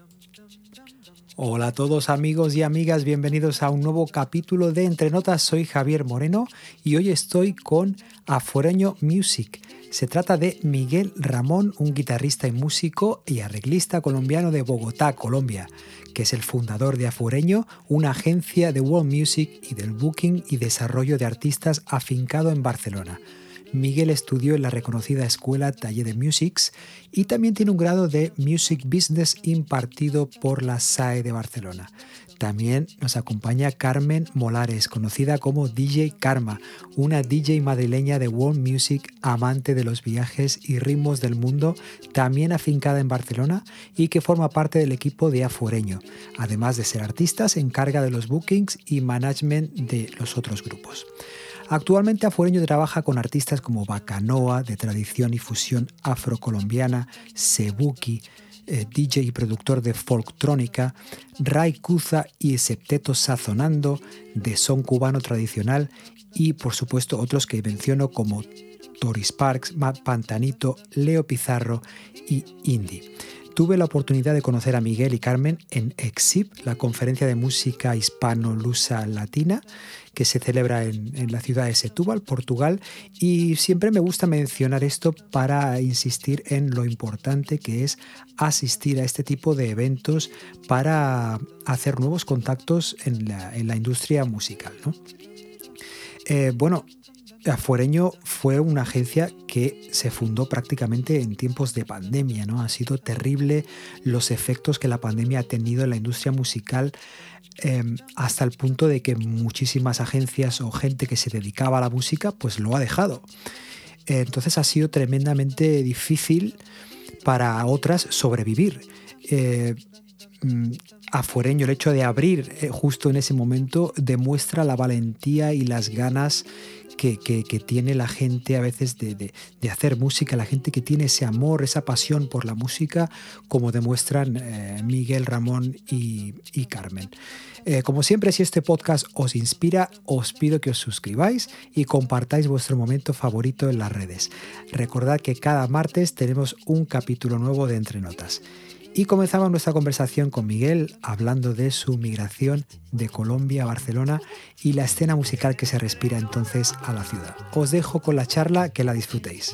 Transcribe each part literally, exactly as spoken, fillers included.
Hola a todos amigos y amigas, bienvenidos a un nuevo capítulo de Entre Notas. Soy Javier Moreno y hoy estoy con Aforeño Music. Se trata de Miguel Ramón, un guitarrista y músico y arreglista colombiano de Bogotá, Colombia, que es el fundador de Aforeño, una agencia de world music y del booking y desarrollo de artistas afincado en Barcelona. Miguel estudió en la reconocida escuela Taller de Musics y también tiene un grado de Music Business impartido por la S A E de Barcelona. También nos acompaña Carmen Molares, conocida como D J Karma, una D J madrileña de world music, amante de los viajes y ritmos del mundo, también afincada en Barcelona y que forma parte del equipo de Aforeño. Además de ser artista, se encarga de los bookings y management de los otros grupos. Actualmente Aforeño trabaja con artistas como Bacanoa, de tradición y fusión afrocolombiana, Sebuki, eh, D J y productor de folktrónica, Ray Cuza y Septeto Sazonando, de son cubano tradicional, y por supuesto otros que menciono como Tori Sparks, Matt Pantanito, Leo Pizarro y Indy. Tuve la oportunidad de conocer a Miguel y Carmen en EXIP, la conferencia de música hispano-lusa latina, que se celebra en, en la ciudad de Setúbal, Portugal, y siempre me gusta mencionar esto para insistir en lo importante que es asistir a este tipo de eventos para hacer nuevos contactos en la, en la industria musical, ¿no? Eh, bueno, Aforeño fue una agencia que se fundó prácticamente en tiempos de pandemia, ¿no? Ha sido terrible los efectos que la pandemia ha tenido en la industria musical, eh, hasta el punto de que muchísimas agencias o gente que se dedicaba a la música pues lo ha dejado. Eh, entonces ha sido tremendamente difícil para otras sobrevivir. Eh, Aforeño, el hecho de abrir eh, justo en ese momento, demuestra la valentía y las ganas que, que, que tiene la gente a veces de, de, de hacer música, la gente que tiene ese amor, esa pasión por la música, como demuestran eh, Miguel, Ramón y, y Carmen. Eh, como siempre, si este podcast os inspira, os pido que os suscribáis y compartáis vuestro momento favorito en las redes. Recordad que cada martes tenemos un capítulo nuevo de Entre Notas. Y comenzamos nuestra conversación con Miguel hablando de su migración de Colombia a Barcelona y la escena musical que se respira entonces a la ciudad. Os dejo con la charla, que la disfrutéis.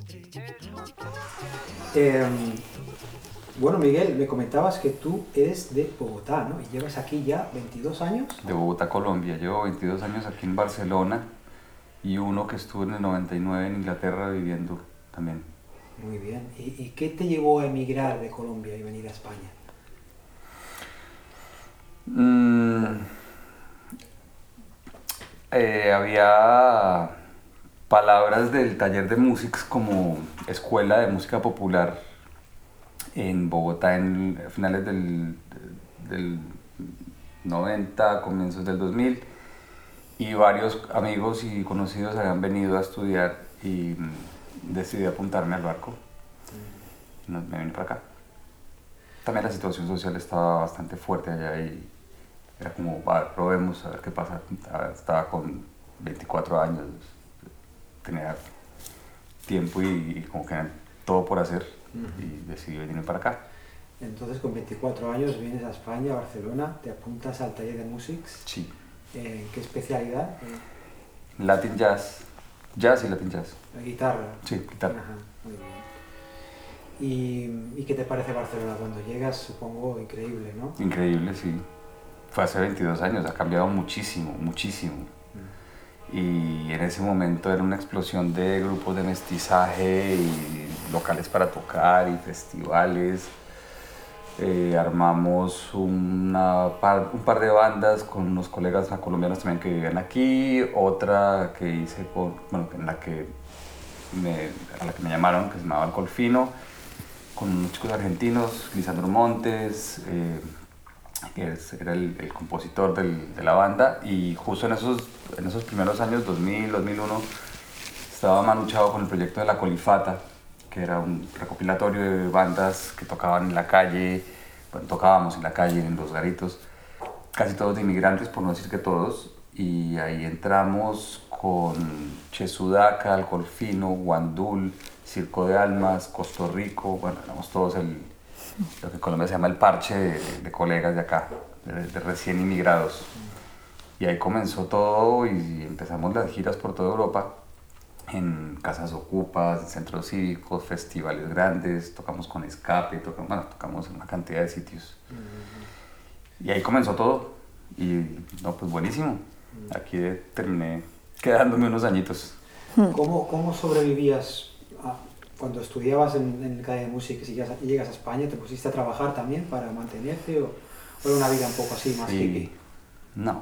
Eh, bueno, Miguel, me comentabas que tú eres de Bogotá, ¿no? Y llevas aquí ya veintidós años. De Bogotá, Colombia. Llevo veintidós años aquí en Barcelona y uno que estuvo en el noventa y nueve en Inglaterra viviendo también. Muy bien. ¿Y, y qué te llevó a emigrar de Colombia y venir a España? Mm, eh, había palabras del taller de música como escuela de música popular en Bogotá en finales del, del noventa, comienzos del dos mil, y varios amigos y conocidos habían venido a estudiar y decidí apuntarme al barco. No, me vine para acá. También la situación social estaba bastante fuerte allá y era como, va, probemos a ver qué pasa. Estaba con veinticuatro años, tenía tiempo y, y como que todo por hacer, uh-huh. Y decidí venirme para acá. Entonces con veinticuatro años vienes a España, a Barcelona, te apuntas al taller de Musics. Sí. Eh, ¿Qué especialidad? Eh... Latin Jazz. Jazz y Latin Jazz. ¿La guitarra? Sí, guitarra. Ajá, muy bien. ¿Y, ¿Y qué te parece Barcelona cuando llegas? Supongo increíble, ¿no? Increíble, sí. Fue hace veintidós años, ha cambiado muchísimo, muchísimo. Mm. Y en ese momento era una explosión de grupos de mestizaje y locales para tocar y festivales. Eh, armamos una par, un par de bandas con unos colegas colombianos también que vivían aquí, otra que hice con, bueno, en la que me, a la que me llamaron, que se llamaba El Colfino, con unos chicos argentinos, Lisandro Montes, eh, que es, era el, el compositor del, de la banda, y justo en esos, en esos primeros años, dos mil, dos mil uno, estaba manuchado con el proyecto de La Colifata, que era un recopilatorio de bandas que tocaban en la calle, bueno, tocábamos en la calle, en los garitos, casi todos de inmigrantes, por no decir que todos, y ahí entramos con Che Sudaca, El Colfino, Guandul, Circo de Almas, Costo Rico, bueno, éramos todos el, lo que en Colombia se llama el parche de, de colegas de acá, de, de recién inmigrados. Y ahí comenzó todo y empezamos las giras por toda Europa, en casas ocupas, en centros cívicos, festivales grandes, tocamos con Escape, tocamos, bueno, tocamos en una cantidad de sitios. Y ahí comenzó todo. Y no, pues buenísimo. Aquí terminé quedándome unos añitos. ¿Cómo, cómo sobrevivías a, cuando estudiabas en, en el Academia de Música y llegas, a, y llegas a España? ¿Te pusiste a trabajar también para mantenerte o era una vida un poco así, más sí. hippie? No.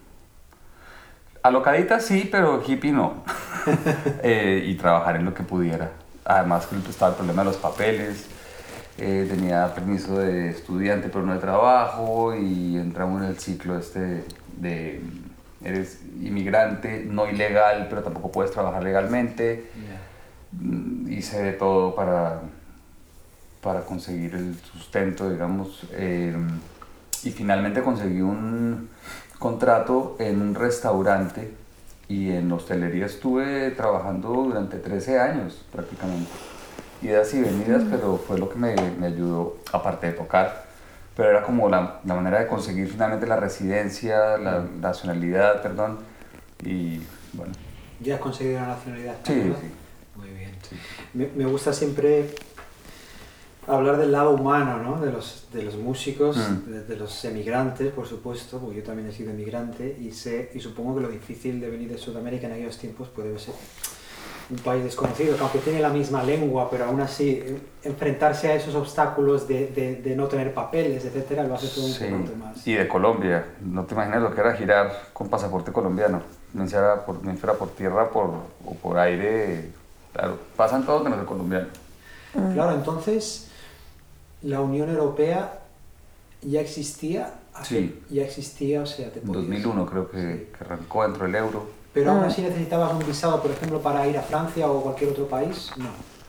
Alocadita sí, pero hippie no. eh, y trabajar en lo que pudiera. Además que estaba el problema de los papeles. Eh, tenía permiso de estudiante pero no de trabajo y entramos en el ciclo este de eres inmigrante no ilegal pero tampoco puedes trabajar legalmente. Yeah. Hice de todo para, para conseguir el sustento, digamos, eh, y finalmente conseguí un contrato en un restaurante y en hostelería estuve trabajando durante trece años prácticamente. Idas y venidas, pero fue lo que me, me ayudó, aparte de tocar, pero era como la, la manera de conseguir finalmente la residencia, la nacionalidad, perdón, y bueno. ¿Ya has conseguido la nacionalidad? Sí, ¿verdad? sí. Muy bien. Sí. Me, me gusta siempre hablar del lado humano, ¿no? De los, de los músicos, mm. de, de los emigrantes, por supuesto, porque yo también he sido emigrante y, sé, y supongo que lo difícil de venir de Sudamérica en aquellos tiempos puede ser un país desconocido, que aunque tiene la misma lengua, pero aún así enfrentarse a esos obstáculos de, de, de no tener papeles, etcétera, lo hace todo un sí. poco más. Y de Colombia, no te imaginas lo que era girar con pasaporte colombiano, no fuera por, no fuera por tierra por, o por aire, claro, pasan todos menos el colombiano. Mm. Claro, entonces la Unión Europea ya existía, sí. ya existía, o sea, te podías... En dos mil uno creo que, sí. que arrancó dentro del euro. Pero aún así necesitabas un visado, por ejemplo, para ir a Francia o cualquier otro país, no.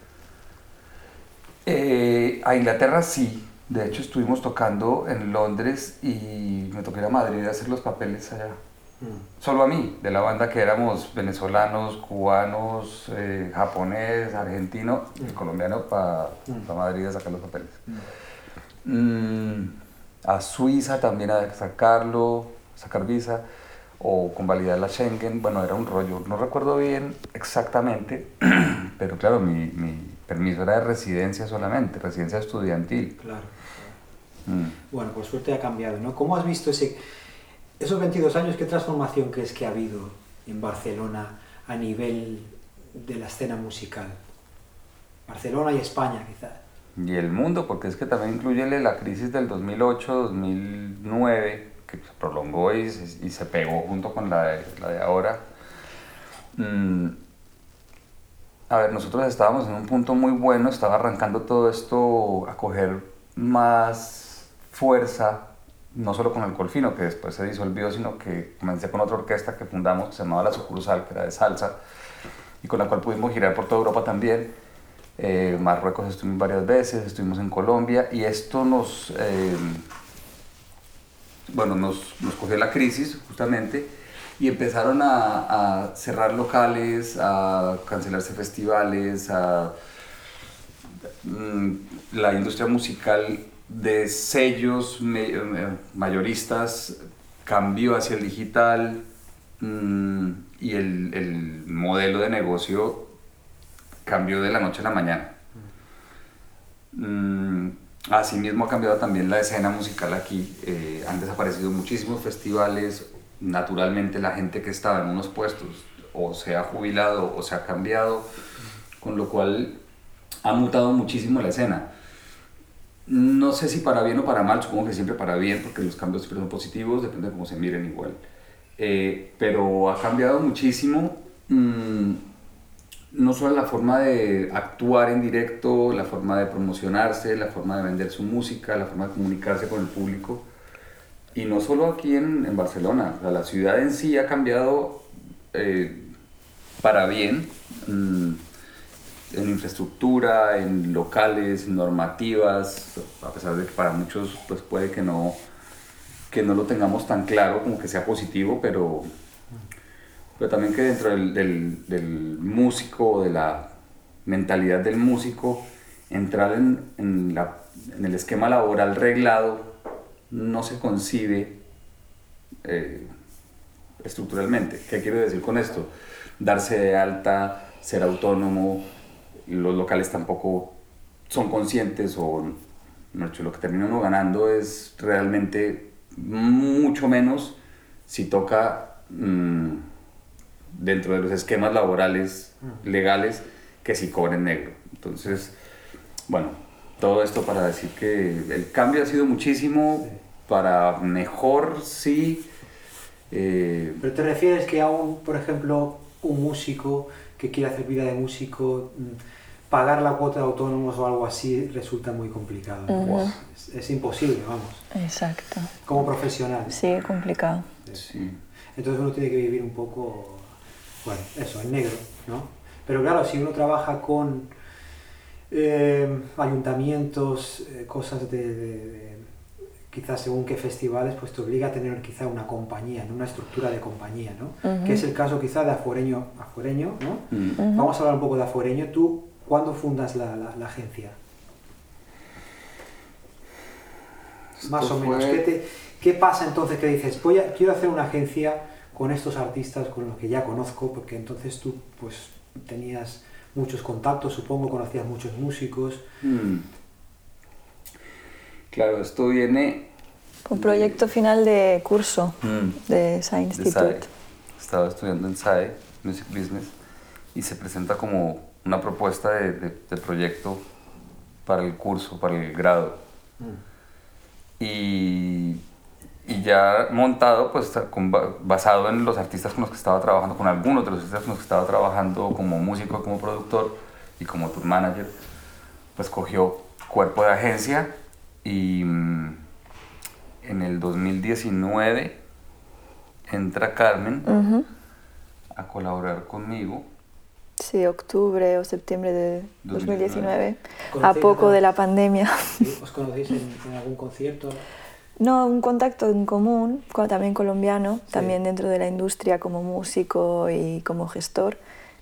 Eh, a Inglaterra sí. De hecho estuvimos tocando en Londres y me tocó ir a Madrid a hacer los papeles allá. Mm. Solo a mí, de la banda que éramos venezolanos, cubanos, eh, japonés, argentino mm. y colombiano para mm. pa Madrid a sacar los papeles. Mm. Mm, a Suiza también a sacarlo, sacar visa. O convalidar la Schengen, bueno, era un rollo, no recuerdo bien exactamente, pero claro, mi, mi permiso era de residencia solamente, residencia estudiantil. Claro. claro. Mm. Bueno, por suerte ha cambiado, ¿no? ¿Cómo has visto ese, esos veintidós años, qué transformación crees que ha habido en Barcelona a nivel de la escena musical? Barcelona y España, quizás. Y el mundo, porque es que también incluye la crisis del dos mil ocho, dos mil nueve, que se prolongó y se, y se pegó junto con la de, la de ahora. Mm. A ver, nosotros estábamos en un punto muy bueno, estaba arrancando todo esto a coger más fuerza, no solo con el Colfino, que después se disolvió, sino que comencé con otra orquesta que fundamos, que se llamaba La Sucursal, que era de salsa, y con la cual pudimos girar por toda Europa también. Eh, Marruecos estuvimos varias veces, estuvimos en Colombia, y esto nos... Eh, bueno, nos, nos cogió la crisis justamente y empezaron a, a cerrar locales, a cancelarse festivales, a, mmm, la industria musical de sellos me, mayoristas cambió hacia el digital, mmm, y el, el modelo de negocio cambió de la noche a la mañana. Mm, Asimismo ha cambiado también la escena musical aquí, eh, han desaparecido muchísimos festivales, naturalmente la gente que estaba en unos puestos o se ha jubilado o se ha cambiado, con lo cual ha mutado muchísimo la escena. No sé si para bien o para mal, supongo que siempre para bien, porque los cambios siempre son positivos, depende de cómo se miren igual. Eh, pero ha cambiado muchísimo. Mmm, no solo la forma de actuar en directo, la forma de promocionarse, la forma de vender su música, la forma de comunicarse con el público. Y no solo aquí en, en Barcelona, o sea, la ciudad en sí ha cambiado eh, para bien, mmm, en infraestructura, en locales, en normativas, a pesar de que para muchos pues, puede que no, que no lo tengamos tan claro como que sea positivo, pero... pero también que dentro del, del, del músico, de la mentalidad del músico, entrar en, en, la, en el esquema laboral reglado no se concibe eh, estructuralmente. ¿Qué quiero decir con esto? Darse de alta, ser autónomo, los locales tampoco son conscientes o no, lo que termina uno ganando es realmente mucho menos si toca mmm, dentro de los esquemas laborales legales que si cobra en negro. Entonces, bueno, todo esto para decir que el cambio ha sido muchísimo, sí. Para mejor, sí. Eh, Pero te refieres que aún, por ejemplo, un músico que quiere hacer vida de músico, pagar la cuota de autónomos o algo así resulta muy complicado, ¿no? Uh-huh. es, es imposible, vamos. Exacto. Como profesional. Sí, complicado. Sí. Entonces uno tiene que vivir un poco, bueno, eso, en negro, ¿no? Pero claro, si uno trabaja con eh, ayuntamientos, eh, cosas de, de, de, quizás según qué festivales, pues te obliga a tener quizá una compañía, ¿no? Una estructura de compañía, ¿no? Uh-huh. Que es el caso quizá de Afuereño, Afuereño, ¿no? Uh-huh. Vamos a hablar un poco de Afuereño. ¿Tú cuándo fundas la, la, la agencia? Esto Más o menos. Fue... ¿Qué, te, ¿Qué pasa entonces que dices, voy a, quiero hacer una agencia con estos artistas con los que ya conozco? Porque entonces tú pues tenías muchos contactos, supongo, conocías muchos músicos. Hmm. Claro, esto viene... Un proyecto de... final de curso mm. de S A E Institute. Estaba estudiando en S A E, Music Business, y se presenta como una propuesta de, de, de proyecto para el curso, para el grado. Mm. Y, y ya montado, pues con, basado en los artistas con los que estaba trabajando, con algunos de los artistas con los que estaba trabajando como músico, como productor y como tour manager, pues cogió cuerpo de agencia. Y mmm, en el dos mil diecinueve entra Carmen uh-huh. a colaborar conmigo. Sí, octubre o septiembre de dos mil diecinueve, a poco de la pandemia. ¿Sí? ¿Os conocéis en, en algún concierto? No, un contacto en común, también colombiano, sí. También dentro de la industria como músico y como gestor.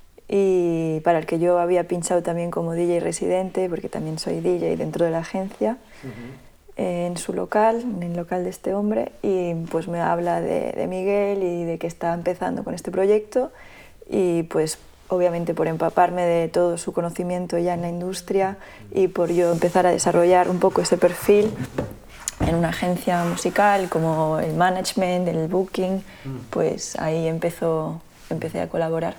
Y para el que yo había pinchado también como D J residente, porque también soy D J dentro de la agencia, uh-huh. eh, en su local, en el local de este hombre, y pues me habla de, de Miguel y de que está empezando con este proyecto, y pues obviamente por empaparme de todo su conocimiento ya en la industria y por yo empezar a desarrollar un poco ese perfil en una agencia musical, como el management, el booking, pues ahí empezó, empecé a colaborar.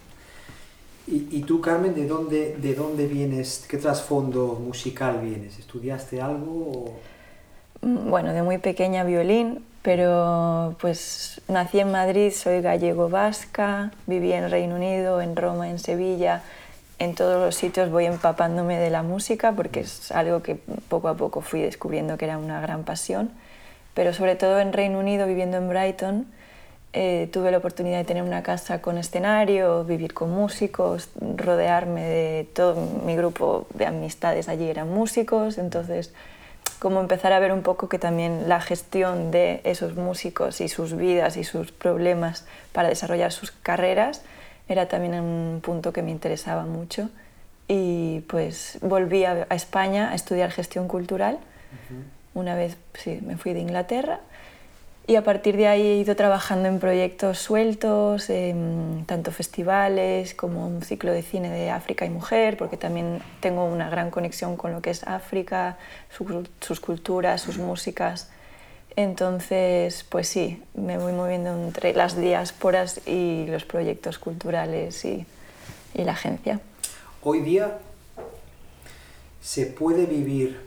¿Y, y tú, Carmen, de dónde, de dónde vienes? ¿Qué trasfondo musical vienes? ¿Estudiaste algo? O... Bueno, de muy pequeña violín, pero pues nací en Madrid, soy gallego-vasca, viví en Reino Unido, en Roma, en Sevilla. En todos los sitios voy empapándome de la música porque es algo que poco a poco fui descubriendo que era una gran pasión. Pero sobre todo en Reino Unido, viviendo en Brighton, Eh, tuve la oportunidad de tener una casa con escenario, vivir con músicos, rodearme de todo mi grupo de amistades allí eran músicos, entonces como empezar a ver un poco que también la gestión de esos músicos y sus vidas y sus problemas para desarrollar sus carreras era también un punto que me interesaba mucho y pues volví a, a España a estudiar gestión cultural. Uh-huh. Una vez sí, me fui de Inglaterra. Y a partir de ahí he ido trabajando en proyectos sueltos, en tanto festivales como un ciclo de cine de África y mujer, porque también tengo una gran conexión con lo que es África, su, sus culturas, sus músicas. Entonces, pues sí, me voy moviendo entre las diásporas y los proyectos culturales y, y la agencia. Hoy día se puede vivir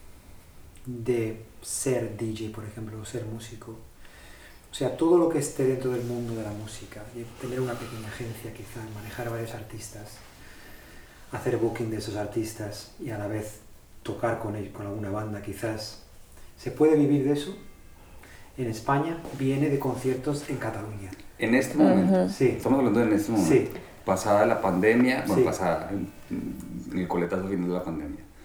de ser D J, por ejemplo, o ser músico. O sea, todo lo que esté dentro del mundo de la música, y tener una pequeña agencia quizá, manejar varios artistas, hacer booking de esos artistas y a la vez tocar con ellos, con alguna banda quizás. ¿Se puede vivir de eso? En España viene de conciertos en Cataluña. En este momento, uh-huh. Sí. Estamos hablando de en este momento. Sí. Pasada la pandemia, bueno, sí. pasada en el coletazo final de la pandemia.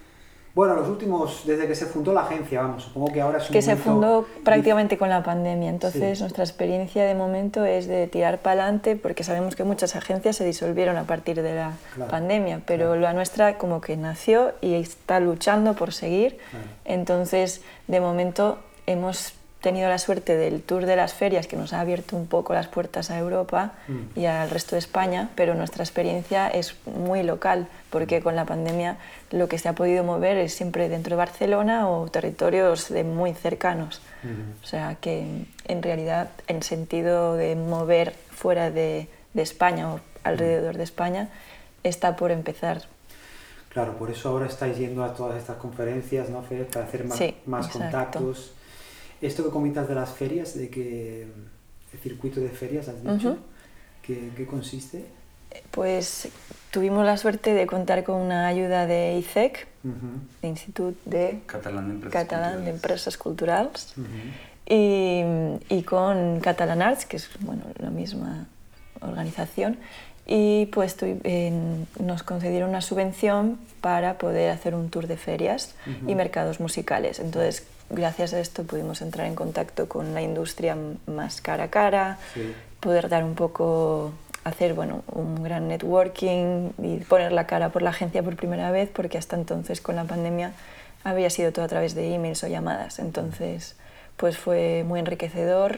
Bueno, los últimos, desde que se fundó la agencia, vamos, supongo que ahora es un Que se momento... fundó prácticamente con la pandemia, entonces Sí. nuestra experiencia de momento es de tirar para adelante porque sabemos que muchas agencias se disolvieron a partir de la Claro, pandemia, pero claro. la nuestra como que nació y está luchando por seguir, Claro. entonces de momento hemos tenido la suerte del tour de las ferias que nos ha abierto un poco las puertas a Europa Mm. y al resto de España, pero nuestra experiencia es muy local porque con la pandemia lo que se ha podido mover es siempre dentro de Barcelona o territorios de muy cercanos. Ujú. O sea que en realidad en sentido de mover fuera de, de España o alrededor de España está por empezar. Claro, por eso ahora estáis yendo a todas estas conferencias, ¿no, Fer? Para hacer más, Sí, más exacto. contactos. Esto que comentas de las ferias, de que el circuito de ferias, has dicho, Ujú. ¿qué, qué consiste? Pues tuvimos la suerte de contar con una ayuda de I C E C, Ujú, de Institut de Catalán de Empresas Catalán de Culturales. Empresas Culturals, ujú. y, y con Catalan Arts, que es bueno, la misma organización, y pues tu- en- nos concedieron una subvención para poder hacer un tour de ferias Ujú. y mercados musicales. Entonces, gracias a esto pudimos entrar en contacto con la industria m- más cara a cara, Sí. poder dar un poco, hacer bueno, un gran networking y poner la cara por la agencia por primera vez, porque hasta entonces con la pandemia había sido todo a través de emails o llamadas. Entonces, pues fue muy enriquecedor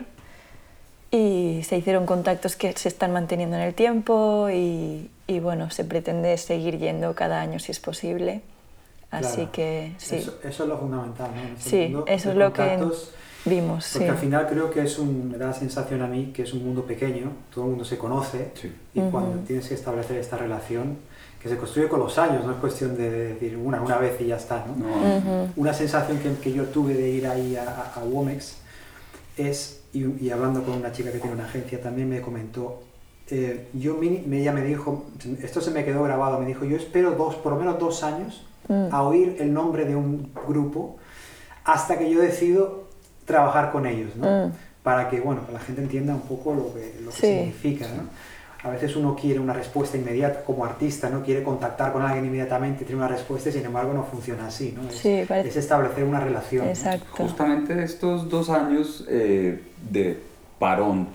y se hicieron contactos que se están manteniendo en el tiempo y, y bueno, se pretende seguir yendo cada año si es posible. Así Claro. que sí, Eso, eso es lo fundamental, ¿no? En este sí, mundo, eso es hacer lo que contactos, vimos. porque Sí. al final creo que es un, me da la sensación a mí que es un mundo pequeño, todo el mundo se conoce, Sí. y Ujú. cuando tienes que establecer esta relación, que se construye con los años, no es cuestión de decir una, una vez y ya está, ¿no? No, Ujú. Una sensación que, que yo tuve de ir ahí a, a, a Womex es, y, y hablando con una chica que tiene una agencia también me comentó, eh, yo mini- ella me dijo, esto se me quedó grabado, me dijo, yo espero dos, por lo menos dos años Mm. a oír el nombre de un grupo hasta que yo decido trabajar con ellos, ¿no? Mm. Para que, bueno, la gente entienda un poco lo que, lo que Sí. significa, ¿no? A veces uno quiere una respuesta inmediata como artista, ¿no? Quiere contactar con alguien inmediatamente, tiene una respuesta y sin embargo no funciona así, ¿no? Es, Sí, parece- es establecer una relación, ¿no? Exacto. justamente estos dos años eh, de parón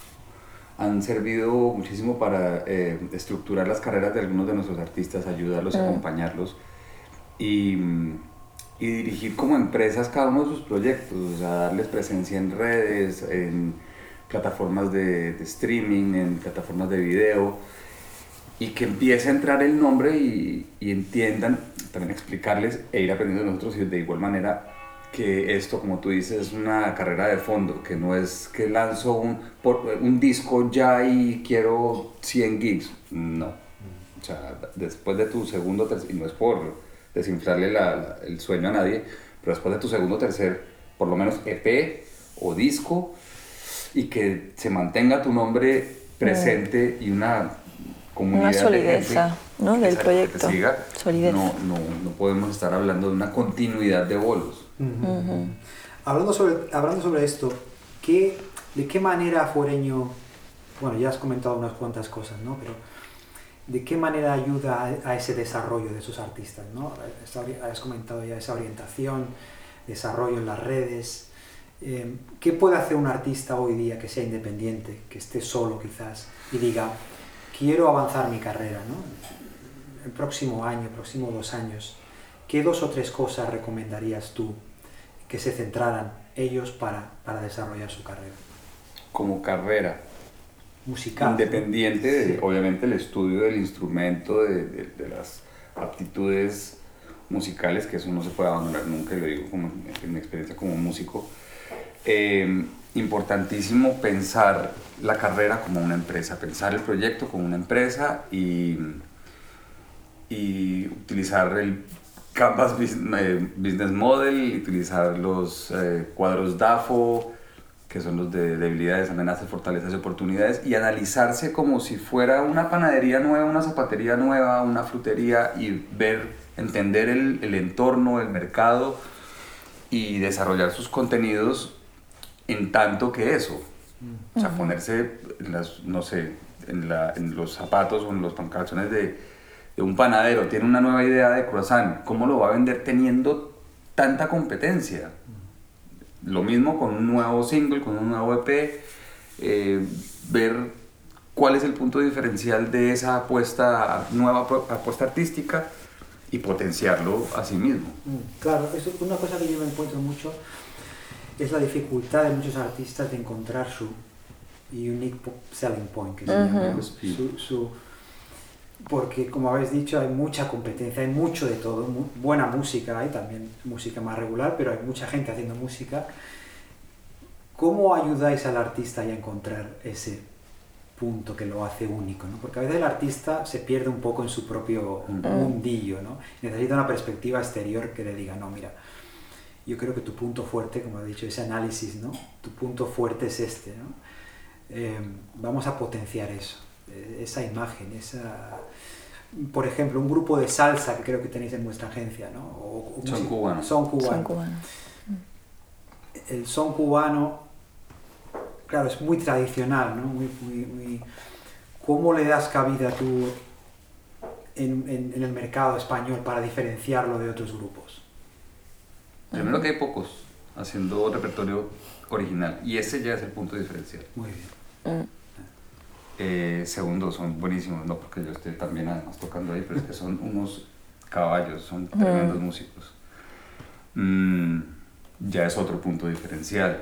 han servido muchísimo para eh, estructurar las carreras de algunos de nuestros artistas, ayudarlos, Mm. acompañarlos y, y dirigir como empresas cada uno de sus proyectos, o sea, darles presencia en redes, en plataformas de, de streaming, en plataformas de video, y que empiece a entrar el nombre y, y entiendan, también explicarles e ir aprendiendo nosotros, y de igual manera que esto, como tú dices, es una carrera de fondo, que no es que lanzo un, por- un disco ya y quiero cien gigs, no. O sea, después de tu segundo, tercer, y no es por desinflarle la- la- el sueño a nadie, pero después de tu segundo, tercer, por lo menos E P o disco, y que se mantenga tu nombre presente y una comunidad Una solidez, de gente, ¿no? del exacto, que te proyecto. siga, Solidez. No, no, no podemos estar hablando de una continuidad de bolos. Ujú. Ujú. Hablando sobre, hablando sobre esto, ¿qué, ¿de qué manera Fuereño, bueno, ya has comentado unas cuantas cosas, ¿no? Pero ¿de qué manera ayuda a, a ese desarrollo de esos artistas, ¿no? Esa ori- Has comentado ya esa orientación, desarrollo en las redes. Eh, ¿Qué puede hacer un artista hoy día que sea independiente, que esté solo quizás, y diga, quiero avanzar mi carrera, ¿no? El próximo año, el próximo dos años, ¿qué dos o tres cosas recomendarías tú que se centraran ellos para, para desarrollar su carrera Como carrera musical? independiente, de, Sí. obviamente el estudio del instrumento, de, de- de las aptitudes musicales, que eso no se puede abandonar nunca, y lo digo como en, en mi experiencia como músico. Eh, importantísimo pensar la carrera como una empresa, pensar el proyecto como una empresa y, y utilizar el Canvas Bus- eh, Business Model, utilizar los eh, cuadros D A F O, que son los de debilidades, amenazas, fortalezas y oportunidades, y analizarse como si fuera una panadería nueva, una zapatería nueva, una frutería, y ver, entender el, el entorno, el mercado, y desarrollar sus contenidos en tanto que eso. O sea, ponerse en las, no sé, en, la, en los zapatos o en los calzones de, un panadero tiene una nueva idea de croissant, ¿cómo lo va a vender teniendo tanta competencia? Lo mismo con un nuevo single, con un nuevo E P, eh, ver cuál es el punto diferencial de esa apuesta, nueva apuesta artística y potenciarlo a sí mismo. Claro, eso, una cosa que yo me encuentro mucho es la dificultad de muchos artistas de encontrar su unique selling point, que se uh-huh. llama, su, su, porque como habéis dicho hay mucha competencia, hay mucho de todo, muy, buena música, hay también música más regular, pero hay mucha gente haciendo música. ¿Cómo ayudáis al artista a encontrar ese punto que lo hace único, ¿no? Porque a veces el artista se pierde un poco en su propio uh-huh. mundillo, ¿no? Necesita una perspectiva exterior que le diga, no, mira, yo creo que tu punto fuerte, como he dicho, ese análisis, ¿no? Tu punto fuerte es este, ¿no? Eh, vamos a potenciar eso, eh, esa imagen, esa... Por ejemplo, un grupo de salsa que creo que tenéis en vuestra agencia, ¿no? O, o son música, cubanos. Son cubanos. Son cubanos. El son cubano, claro, es muy tradicional, ¿no? Muy, muy, muy... ¿Cómo le das cabida tú en, en, en el mercado español para diferenciarlo de otros grupos? Primero que hay pocos haciendo repertorio original y ese ya es el punto diferencial. Muy bien. Mm. Eh, segundo, son buenísimos, no porque yo esté también además tocando ahí, pero es que son unos caballos, son tremendos mm. músicos. Mm, ya es otro punto diferencial.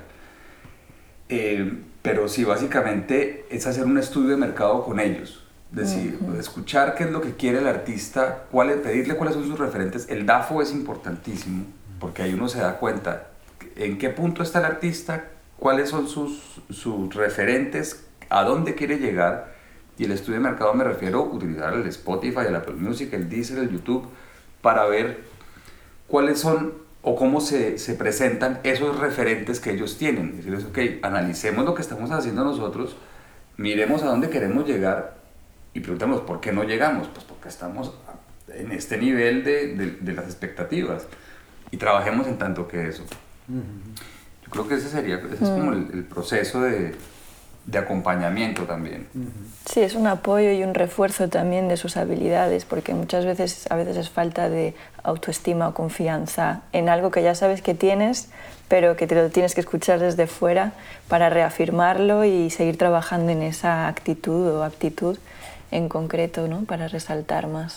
Eh, pero sí, básicamente es hacer un estudio de mercado con ellos. Es decir, uh-huh. escuchar qué es lo que quiere el artista, cuál es, pedirle cuáles son sus referentes. El D A F O es importantísimo, porque ahí uno se da cuenta en qué punto está el artista, cuáles son sus, sus referentes, a dónde quiere llegar. Y el estudio de mercado me refiero a utilizar el Spotify, el Apple Music, el Deezer, el YouTube, para ver cuáles son o cómo se, se presentan esos referentes que ellos tienen. Decirles, ok, analicemos lo que estamos haciendo nosotros, miremos a dónde queremos llegar y preguntemos, ¿por qué no llegamos? Pues porque estamos en este nivel de, de, de las expectativas y trabajemos en tanto que eso. Uh-huh. Yo creo que ese sería, ese uh-huh. es como el, el proceso de, de acompañamiento también. Uh-huh. Sí, es un apoyo y un refuerzo también de sus habilidades, porque muchas veces, a veces es falta de autoestima o confianza en algo que ya sabes que tienes, pero que te lo tienes que escuchar desde fuera para reafirmarlo y seguir trabajando en esa actitud o aptitud en concreto, ¿no? Para resaltar más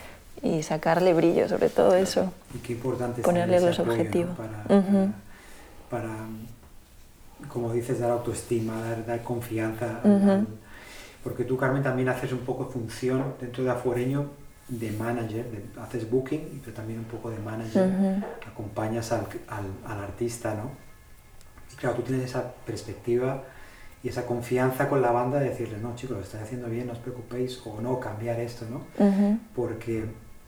y sacarle brillo, sobre todo eso. Y qué importante es ponerle los apoyo, objetivos. ¿no? Para, uh-huh. para, para, como dices, dar autoestima, dar, dar confianza. Uh-huh. Al, porque tú, Carmen, también haces un poco función dentro de Afuereño de manager, de, haces booking, pero también un poco de manager, uh-huh. acompañas al, al, al artista, ¿no? Y claro, tú tienes esa perspectiva y esa confianza con la banda de decirle, no, chicos, lo estáis haciendo bien, no os preocupéis, o no, cambiar esto, ¿no? Uh-huh. Porque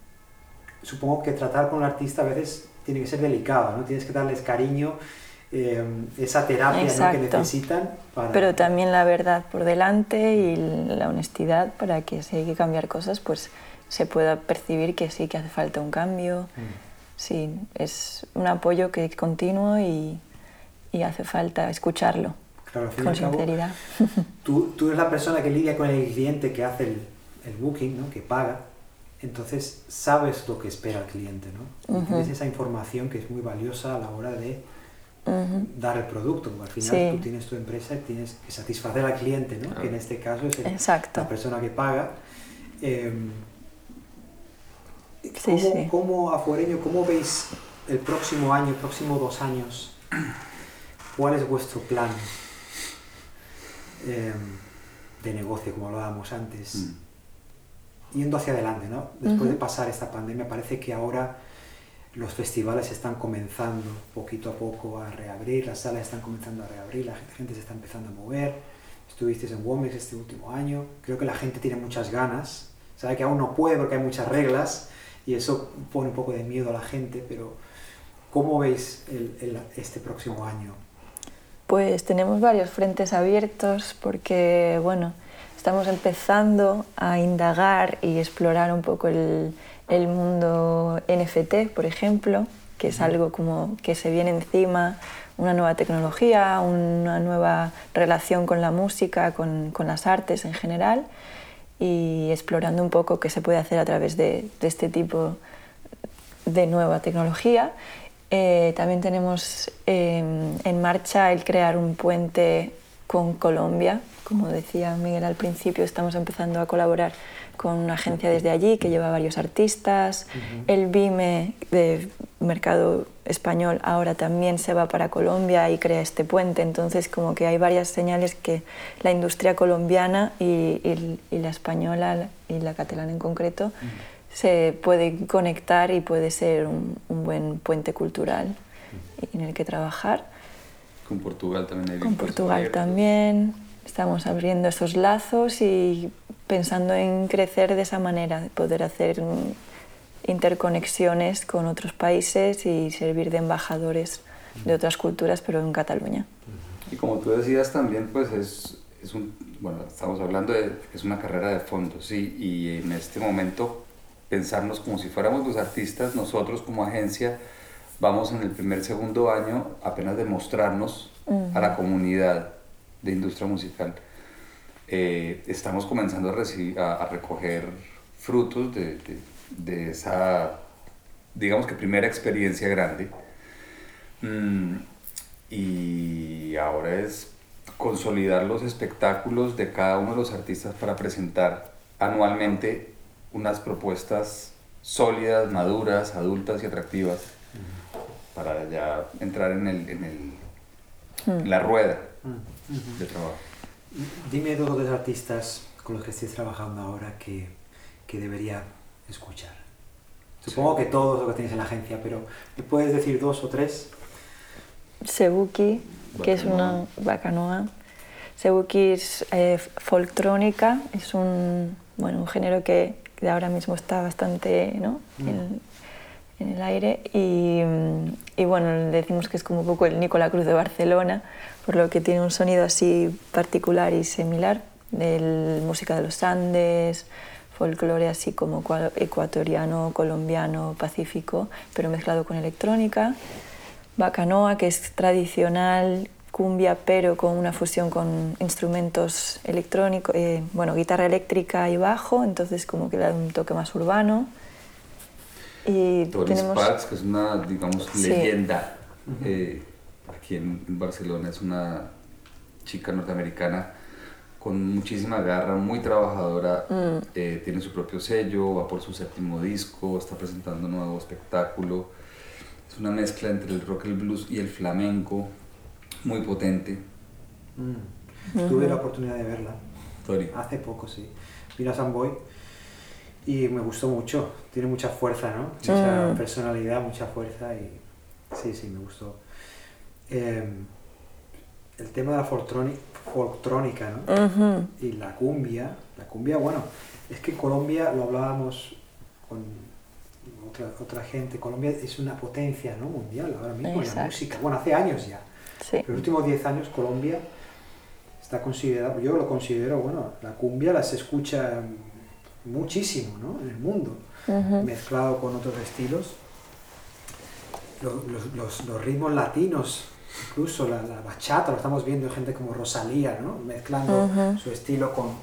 supongo que tratar con el artista a veces tiene que ser delicado, ¿no? Tienes que darles cariño, eh, esa terapia, ¿no? que necesitan. Para... Pero también la verdad por delante y la honestidad para que si hay que cambiar cosas, pues se pueda percibir que sí que hace falta un cambio. Mm. Sí, es un apoyo que es continuo y, y hace falta escucharlo. Claro, al fin con y al sinceridad. Cabo, tú, tú eres la persona que lidia con el cliente que hace el, el booking, ¿no? Que paga, entonces sabes lo que espera el cliente, ¿no? Uh-huh. Y tienes esa información que es muy valiosa a la hora de uh-huh. dar el producto, porque al final sí. tú tienes tu empresa y tienes que satisfacer al cliente, ¿no? Uh-huh. Que en este caso es el, la persona que paga. Eh, ¿cómo, sí, sí. ¿Cómo, Afuereño, cómo veis el próximo año, el próximo dos años? ¿Cuál es vuestro plan eh, de negocio, como hablábamos antes? Mm. Yendo hacia adelante, ¿no? Después uh-huh. de pasar esta pandemia, parece que ahora los festivales están comenzando poquito a poco a reabrir, las salas están comenzando a reabrir, la gente se está empezando a mover. Estuvisteis en Womex este último año, creo que la gente tiene muchas ganas, sabe que aún no puede porque hay muchas reglas y eso pone un poco de miedo a la gente, pero ¿cómo veis el, el, este próximo año? Pues tenemos varios frentes abiertos porque, bueno, estamos empezando a indagar y explorar un poco el, el mundo N F T, por ejemplo, que es algo como que se viene encima, una nueva tecnología, una nueva relación con la música, con, con las artes en general. y explorando un poco qué se puede hacer a través de, de este tipo de nueva tecnología. Eh, también tenemos eh, en marcha el crear un puente con Colombia. Como decía Miguel al principio, estamos empezando a colaborar con una agencia desde allí que lleva varios artistas. Uh-huh. El BIME de mercado español ahora también se va para Colombia y crea este puente. Entonces, como que hay varias señales que la industria colombiana y, y, y la española y la catalana en concreto uh-huh. se pueden conectar y puede ser un, un buen puente cultural uh-huh. en el que trabajar. Con Portugal también hay Con Portugal abiertos. También. Estamos abriendo esos lazos y pensando en crecer de esa manera, de poder hacer interconexiones con otros países y servir de embajadores de otras culturas, pero en Cataluña. Y como tú decías también, pues es, es un, bueno, estamos hablando de es una carrera de fondo, sí, y en este momento pensarnos como si fuéramos los artistas, nosotros como agencia vamos en el primer, segundo año apenas de mostrarnos uh-huh. a la comunidad de industria musical. Eh, estamos comenzando a, recibir, a, a recoger frutos de, de, de esa, digamos que primera experiencia grande. Mm, y ahora es consolidar los espectáculos de cada uno de los artistas para presentar anualmente unas propuestas sólidas, maduras, adultas y atractivas uh-huh. para ya entrar en, el, en, el, en la rueda uh-huh. de trabajo. Dime dos o tres artistas con los que estés trabajando ahora que, que debería escuchar. Supongo sí. que todos los que tienes en la agencia, pero ¿me puedes decir dos o tres? Sebuki, que es una bacanoa. Sebuki es eh, folktrónica, es un, bueno, un género que de ahora mismo está bastante, ¿no? mm. en, en el aire y, y bueno, decimos que es como un poco el Nicola Cruz de Barcelona, por lo que tiene un sonido así particular y similar, de música de los Andes, folclore así como ecuatoriano, colombiano, pacífico, pero mezclado con electrónica. Bacanoa, que es tradicional, cumbia, pero con una fusión con instrumentos electrónicos, eh, bueno, guitarra eléctrica y bajo, entonces como que le da un toque más urbano. Y Doris tenemos... Parks, que es una, digamos, sí. leyenda eh, aquí en, en Barcelona, es una chica norteamericana con muchísima garra, muy trabajadora, mm. eh, tiene su propio sello, va por su séptimo disco, está presentando un nuevo espectáculo. Es una mezcla entre el rock, el blues y el flamenco, muy potente. Mm. Uh-huh. Tuve la oportunidad de verla. Tori. Hace poco, sí. Vino a San Boy y me gustó mucho. Tiene mucha fuerza, ¿no? Mucha mm. personalidad, mucha fuerza y sí, sí, me gustó. Eh, el tema de la folktrónica, ¿no? Uh-huh. Y la cumbia. La cumbia, bueno, es que Colombia, lo hablábamos con otra, otra gente, Colombia es una potencia, ¿no? mundial ahora mismo en la música. Bueno, hace años ya. Sí. Pero los últimos diez años Colombia está considerado, yo lo considero, bueno, la cumbia la se escucha muchísimo, ¿no? En el mundo, uh-huh. mezclado con otros estilos. Los, los, los, los ritmos latinos, incluso la, la bachata, lo estamos viendo gente como Rosalía, ¿no? Mezclando uh-huh. su estilo con...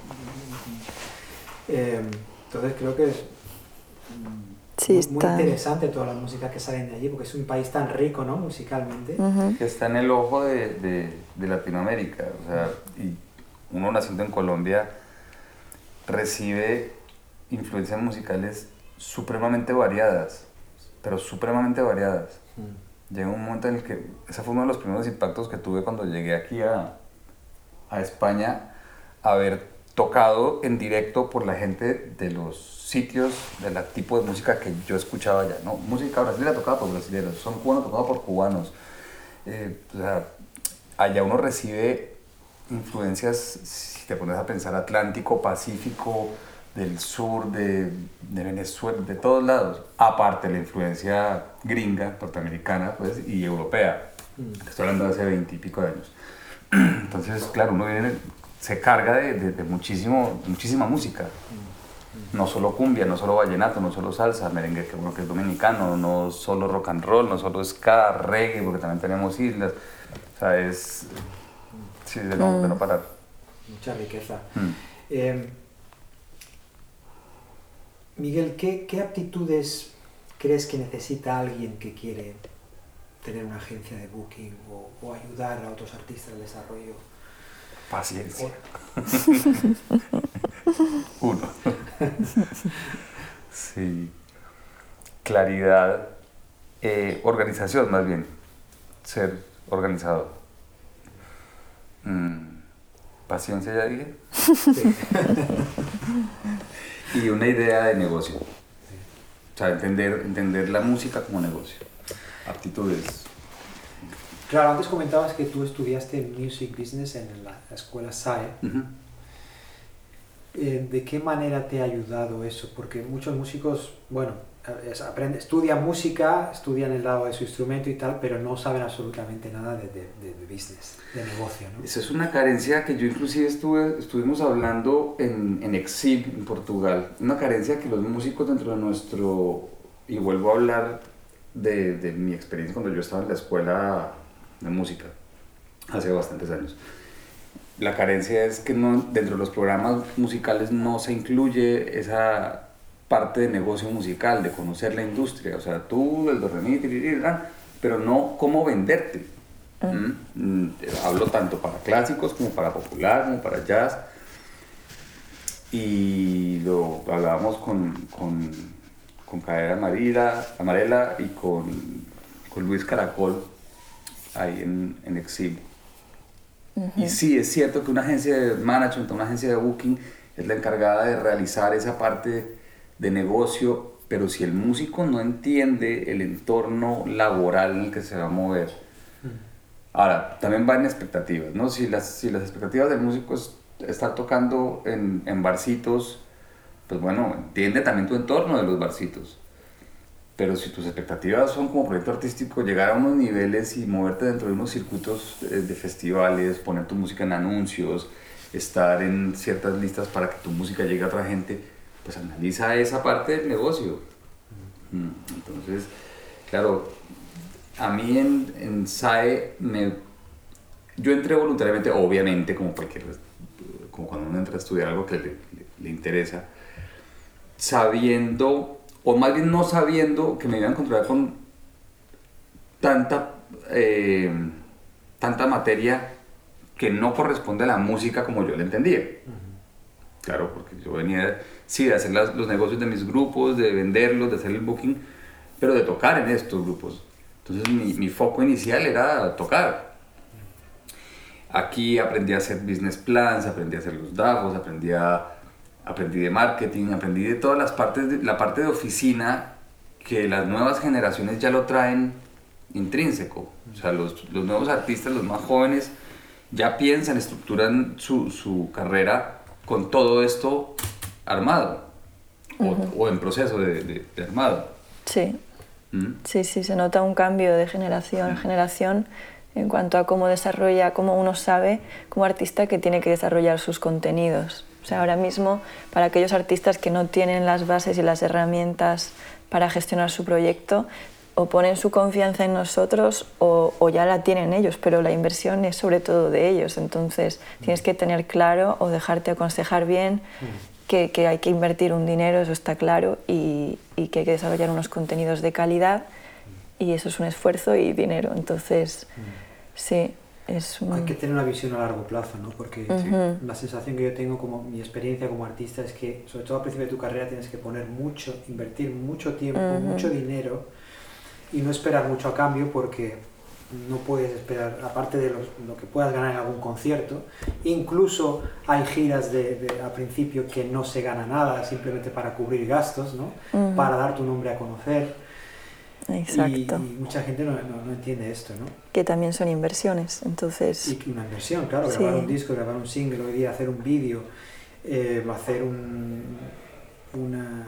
Eh, entonces creo que es sí, muy, muy interesante toda la música que salen de allí, porque es un país tan rico, ¿no? Musicalmente. Uh-huh. Que está en el ojo de, de, de Latinoamérica, o sea, y uno naciendo en Colombia recibe influencias musicales supremamente variadas, pero supremamente variadas. Mm. Llega un momento en el que, ese fue uno de los primeros impactos que tuve cuando llegué aquí a, a España, haber tocado en directo por la gente de los sitios, del tipo de música que yo escuchaba allá, ¿no? Música brasileña tocada por brasileños, son cubanos tocados por cubanos. Eh, o sea, allá uno recibe influencias, si te pones a pensar, Atlántico, Pacífico, del sur, de, de Venezuela, de todos lados, aparte de la influencia gringa, norteamericana, pues, y europea. Mm. Estoy hablando de hace veinte y pico de años. Entonces, claro, uno viene, se carga de, de, de muchísimo, muchísima música. Mm. Mm. No solo cumbia, no solo vallenato, no solo salsa, merengue, que, bueno, que es dominicano, no solo rock and roll, no solo ska, reggae, porque también tenemos islas. O sea, es... Sí, de no, mm. de no parar. Mucha riqueza. Mm. Eh, Miguel, ¿qué, qué aptitudes crees que necesita alguien que quiere tener una agencia de booking o, o ayudar a otros artistas al desarrollo? Paciencia. Uno. Sí. Claridad. Eh, organización, más bien. Ser organizador. Mm. Paciencia, ya dije. Sí. Y una idea de negocio. O sea, entender, entender la música como negocio. Aptitudes. Claro, antes comentabas que tú estudiaste Music Business en la, la escuela S A E. Uh-huh. eh, ¿De qué manera te ha ayudado eso? Porque muchos músicos, bueno, es, aprende, estudian música, estudian el lado de su instrumento y tal, pero no saben absolutamente nada de, de, de, de business, de negocio, ¿no? Esa es una carencia que yo inclusive estuve, estuvimos hablando en, en Exib, en Portugal. Una carencia que los músicos dentro de nuestro... Y vuelvo a hablar de, de mi experiencia cuando yo estaba en la escuela de música, hace bastantes años. La carencia es que no, dentro de los programas musicales no se incluye esa parte de negocio musical, de conocer la industria. O sea, tú, el do, re, mi, ti, ri, ri, ra, pero no cómo venderte. Uh-huh. ¿Mm? Hablo tanto para clásicos como para popular, como para jazz. Y lo hablábamos con, con, con Cadena Amarela, Amarela y con, con Luis Caracol ahí en, en Exib. Uh-huh. Y sí, es cierto que una agencia de management, una agencia de booking es la encargada de realizar esa parte de negocio, pero si el músico no entiende el entorno laboral en el que se va a mover. Uh-huh. Ahora, también va en expectativas, ¿no? Si las, si las expectativas del músico es estar tocando en, en barcitos, pues bueno, entiende también tu entorno de los barcitos. Pero si tus expectativas son como proyecto artístico, llegar a unos niveles y moverte dentro de unos circuitos de, de festivales, poner tu música en anuncios, estar en ciertas listas para que tu música llegue a otra gente, pues analiza esa parte del negocio. Entonces, claro, a mí en, en S A E, me, yo entré voluntariamente, obviamente, como cualquier, como cuando uno entra a estudiar algo que le, le, le interesa, sabiendo... o más bien no sabiendo que me iba a encontrar con tanta, eh, tanta materia que no corresponde a la música como yo la entendía. Uh-huh. Claro, porque yo venía, sí, de hacer las, los negocios de mis grupos, de venderlos, de hacer el booking, pero de tocar en estos grupos. Entonces mi, mi foco inicial era tocar. Aquí aprendí a hacer business plans, aprendí a hacer los dagos, aprendí a... Aprendí de marketing, aprendí de todas las partes, de, la parte de oficina que las nuevas generaciones ya lo traen intrínseco. O sea, los, los nuevos artistas, los más jóvenes, ya piensan, estructuran su, su carrera con todo esto armado, uh-huh. o, o en proceso de, de, de armado. Sí. ¿Mm? Sí, sí, se nota un cambio de generación a sí. generación en cuanto a cómo desarrolla, cómo uno sabe como artista que tiene que desarrollar sus contenidos. O sea, ahora mismo, para aquellos artistas que no tienen las bases y las herramientas para gestionar su proyecto, o ponen su confianza en nosotros o, o ya la tienen ellos, pero la inversión es sobre todo de ellos. Entonces, tienes que tener claro o dejarte aconsejar bien que, que hay que invertir un dinero, eso está claro, y, y que hay que desarrollar unos contenidos de calidad, y eso es un esfuerzo y dinero. Entonces, sí. Es un... Hay que tener una visión a largo plazo, ¿no? Porque uh-huh. la sensación que yo tengo, como mi experiencia como artista, es que, sobre todo al principio de tu carrera, tienes que poner mucho, invertir mucho tiempo, uh-huh. mucho dinero y no esperar mucho a cambio, porque no puedes esperar, aparte de los, lo que puedas ganar en algún concierto. Incluso hay giras de, de, al principio que no se gana nada, simplemente para cubrir gastos, ¿no? Uh-huh. Para dar tu nombre a conocer. Exacto. Y, y mucha gente no, no, no entiende esto, ¿no? Que también son inversiones, entonces... Y una inversión, claro, sí. Grabar un disco, grabar un single, hoy día hacer un vídeo, eh, hacer un... una...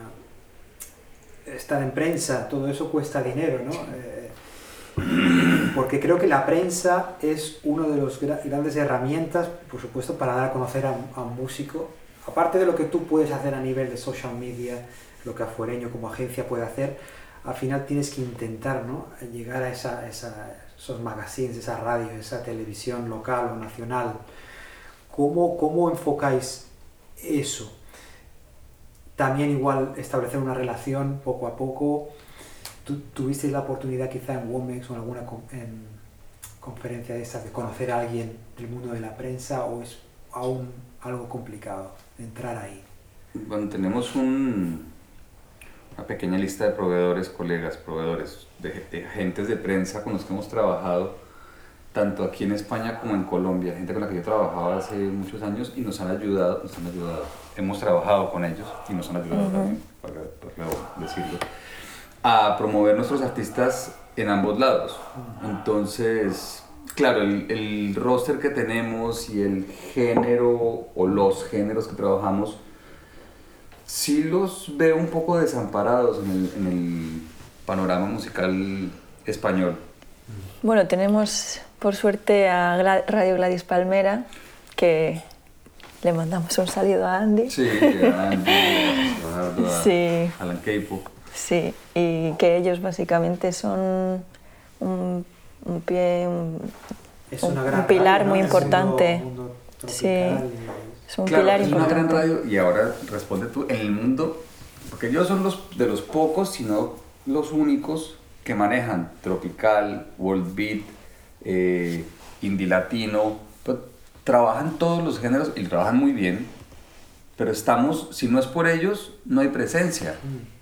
estar en prensa, todo eso cuesta dinero, ¿no? Eh, porque creo que la prensa es una de las gra- grandes herramientas, por supuesto, para dar a conocer a, a un músico, aparte de lo que tú puedes hacer a nivel de social media, lo que Afuereño como agencia puede hacer. Al final tienes que intentar, ¿no? Llegar a esa, esa, esos magazines, esa radio, esa televisión local o nacional. ¿Cómo, cómo enfocáis eso? también igual establecer una relación poco a poco. ¿Tú tuvisteis la oportunidad quizá en Womex o en alguna con, en conferencia de estas de conocer a alguien del mundo de la prensa, o es aún algo complicado entrar ahí? Bueno, tenemos un, una pequeña lista de proveedores, colegas, proveedores, de, de agentes de prensa con los que hemos trabajado, tanto aquí en España como en Colombia, gente con la que yo trabajaba hace muchos años y nos han ayudado, nos han ayudado, hemos trabajado con ellos y nos han ayudado uh-huh. también, para, para decirlo, a promover nuestros artistas en ambos lados. Entonces, claro, el, el roster que tenemos y el género o los géneros que trabajamos, sí los veo un poco desamparados en el, en el panorama musical español. Bueno, tenemos por suerte a Gla- Radio Gladys Palmera, que le mandamos un saludo a Andy. Sí, a Andy, a, a, sí. a Alan Keipo. Sí, y que ellos básicamente son un, un pie, un, es una un, gran un pilar radio, ¿no? muy importante. Mundo, mundo sí, y... es un claro, pilar es importante. Una gran radio, y ahora responde tú, en el mundo, porque ellos son los, de los pocos, sino los únicos que manejan tropical, world beat, eh, indie latino, pues, trabajan todos los géneros y trabajan muy bien, pero estamos, si no es por ellos, no hay presencia.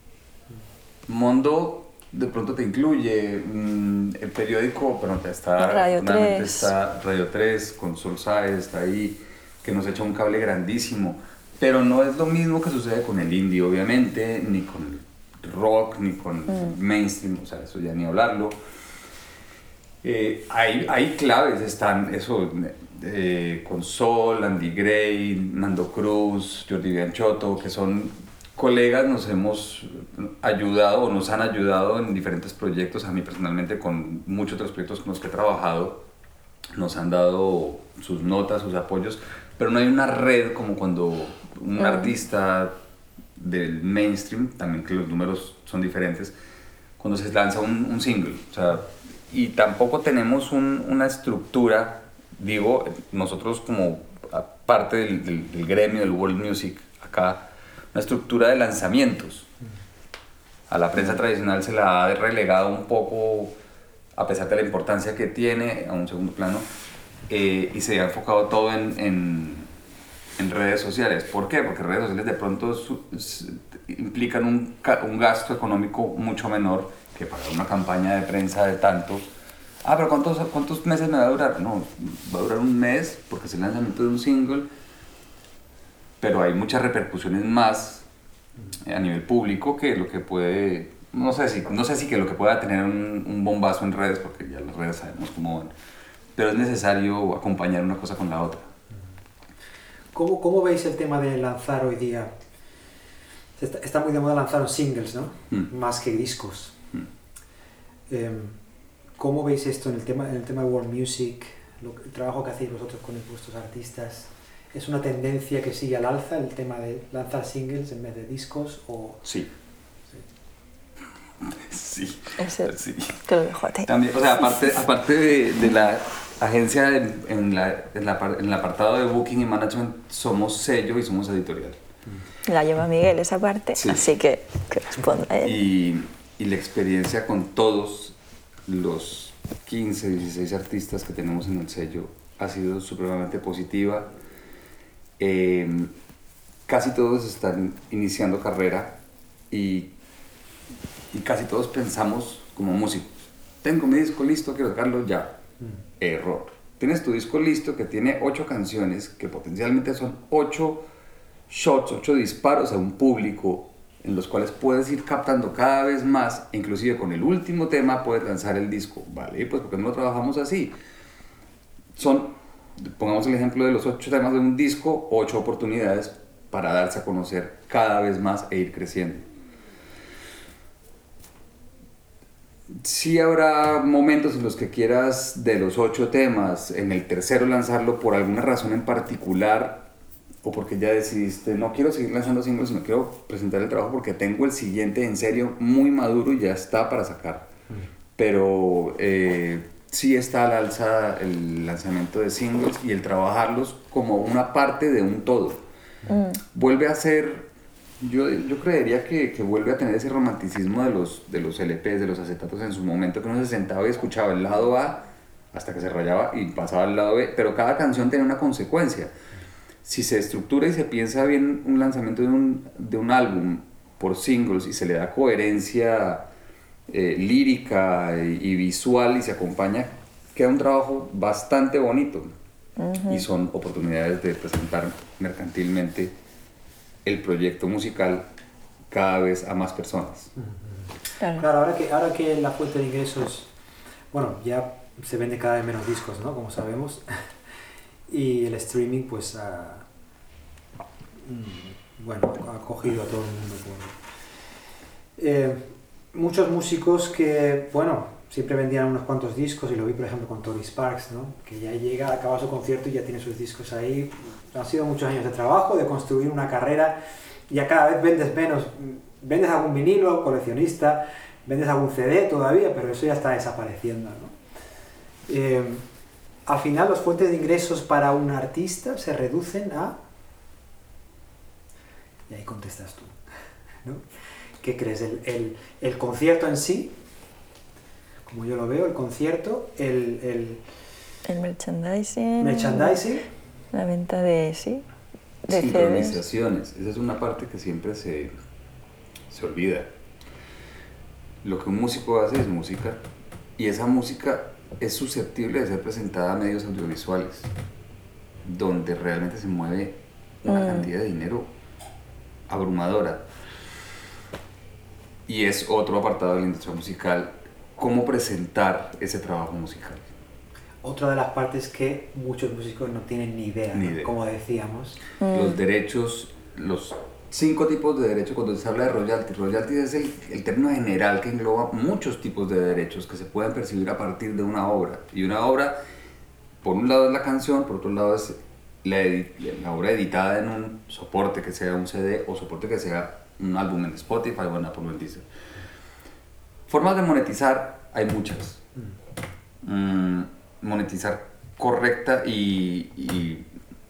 Mondo de pronto te incluye, mmm, el periódico, pero está Radio tres. Está Radio tres, con Sol Sáez, está ahí, que nos echa un cable grandísimo, pero no es lo mismo que sucede con el indie, obviamente, ni con el rock, ni con mm. mainstream, o sea, eso ya ni hablarlo. Eh, hay, hay claves, están eso, eh, con Sol, Andy Gray, Nando Cruz, Jordi Bianchotto, que son colegas, nos hemos ayudado o nos han ayudado en diferentes proyectos. A mí personalmente, con muchos otros proyectos con los que he trabajado, nos han dado sus notas, sus apoyos, pero no hay una red como cuando un mm. artista del mainstream, también que los números son diferentes, cuando se lanza un, un single, o sea, y tampoco tenemos un, una estructura, digo, nosotros como parte del, del, del gremio del world music acá, una estructura de lanzamientos. A la prensa tradicional se la ha relegado un poco, a pesar de la importancia que tiene, a un segundo plano, eh, y se ha enfocado todo en, en, en redes sociales. ¿Por qué? Porque redes sociales de pronto su, su, implican un, un gasto económico mucho menor que para una campaña de prensa de tanto. Ah, pero ¿cuántos, ¿cuántos meses me va a durar? No, va a durar un mes porque es el lanzamiento de un single, pero hay muchas repercusiones más a nivel público que lo que puede, no sé si, no sé si que lo que pueda tener un, un bombazo en redes, porque ya las redes sabemos cómo van, pero es necesario acompañar una cosa con la otra. ¿Cómo, cómo veis el tema de lanzar hoy día? Está, está muy de moda lanzar singles, ¿no? Mm. Más que discos. Mm. Eh, ¿Cómo veis esto en el tema, en el tema de world music, lo, el trabajo que hacéis vosotros con vuestros artistas? ¿Es una tendencia que sigue al alza el tema de lanzar singles en vez de discos? O... Sí. Sí. Sí. Ese, sí. Te lo dejo a ti. También, o sea, aparte, aparte de, de la agencia, en, en, la, en, la, en el apartado de Booking y Management, somos sello y somos editorial. La lleva Miguel esa parte, sí. Así que, que responda a él. Y, y la experiencia con todos los quince, dieciséis artistas que tenemos en el sello ha sido supremamente positiva. Eh, casi todos están iniciando carrera y, y casi todos pensamos como músicos. Tengo mi disco listo, quiero sacarlo ya. Mm. Error. Tienes tu disco listo que tiene ocho canciones que potencialmente son ocho shots, ocho disparos a un público en los cuales puedes ir captando cada vez más, inclusive con el último tema puedes lanzar el disco. Vale, pues ¿por qué no lo trabajamos así? Son, pongamos el ejemplo de los ocho temas de un disco, ocho oportunidades para darse a conocer cada vez más e ir creciendo. Sí habrá momentos en los que quieras, de los ocho temas, en el tercero lanzarlo por alguna razón en particular, o porque ya decidiste, no quiero seguir lanzando singles, sino quiero presentar el trabajo porque tengo el siguiente en serio muy maduro y ya está para sacar. Pero eh, sí está al alza el lanzamiento de singles y el trabajarlos como una parte de un todo. Mm. Vuelve a ser Yo, yo creería que, que vuelve a tener ese romanticismo de los, de los L Pes, de los acetatos en su momento, que uno se sentaba y escuchaba el lado A hasta que se rayaba y pasaba al lado B, pero cada canción tenía una consecuencia. Si se estructura y se piensa bien un lanzamiento de un, de un álbum por singles y se le da coherencia eh, lírica y, y visual y se acompaña, queda un trabajo bastante bonito. Uh-huh. Y son oportunidades de presentar mercantilmente el proyecto musical cada vez a más personas. Claro, claro ahora, que, ahora que la fuente de ingresos, bueno, ya se vende cada vez menos discos, ¿no? Como sabemos, y el streaming, pues, ha, bueno, ha cogido a todo el mundo. Eh, muchos músicos que, bueno, siempre vendían unos cuantos discos, y lo vi, por ejemplo, con Tony Sparks, ¿no? Que ya llega, acaba su concierto y ya tiene sus discos ahí. Han sido muchos años de trabajo, de construir una carrera, y ya cada vez vendes menos. Vendes algún vinilo, coleccionista, vendes algún C D todavía, pero eso ya está desapareciendo, ¿no? Eh, al final, las fuentes de ingresos para un artista se reducen a... Y ahí contestas tú, ¿no? ¿Qué crees? ¿El, el, el concierto en sí? Como yo lo veo, el concierto, el... El, el merchandising... Merchandising. La venta de, sí, de sincronizaciones. Esa es una parte que siempre se, se olvida. Lo que un músico hace es música, y esa música es susceptible de ser presentada a medios audiovisuales, donde realmente se mueve una mm. cantidad de dinero abrumadora. Y es otro apartado de la industria musical, cómo presentar ese trabajo musical. Otra de las partes que muchos músicos no tienen ni idea, ni idea. Como decíamos. Mm. Los derechos, los cinco tipos de derechos, cuando se habla de royalties, royalties es el, el término general que engloba muchos tipos de derechos que se pueden percibir a partir de una obra. Y una obra, por un lado es la canción, por otro lado es la, la obra editada en un soporte que sea un C D o soporte que sea un álbum en Spotify o en Apple o en Deezer. Formas de monetizar hay muchas. Mm, monetizar correcta y, y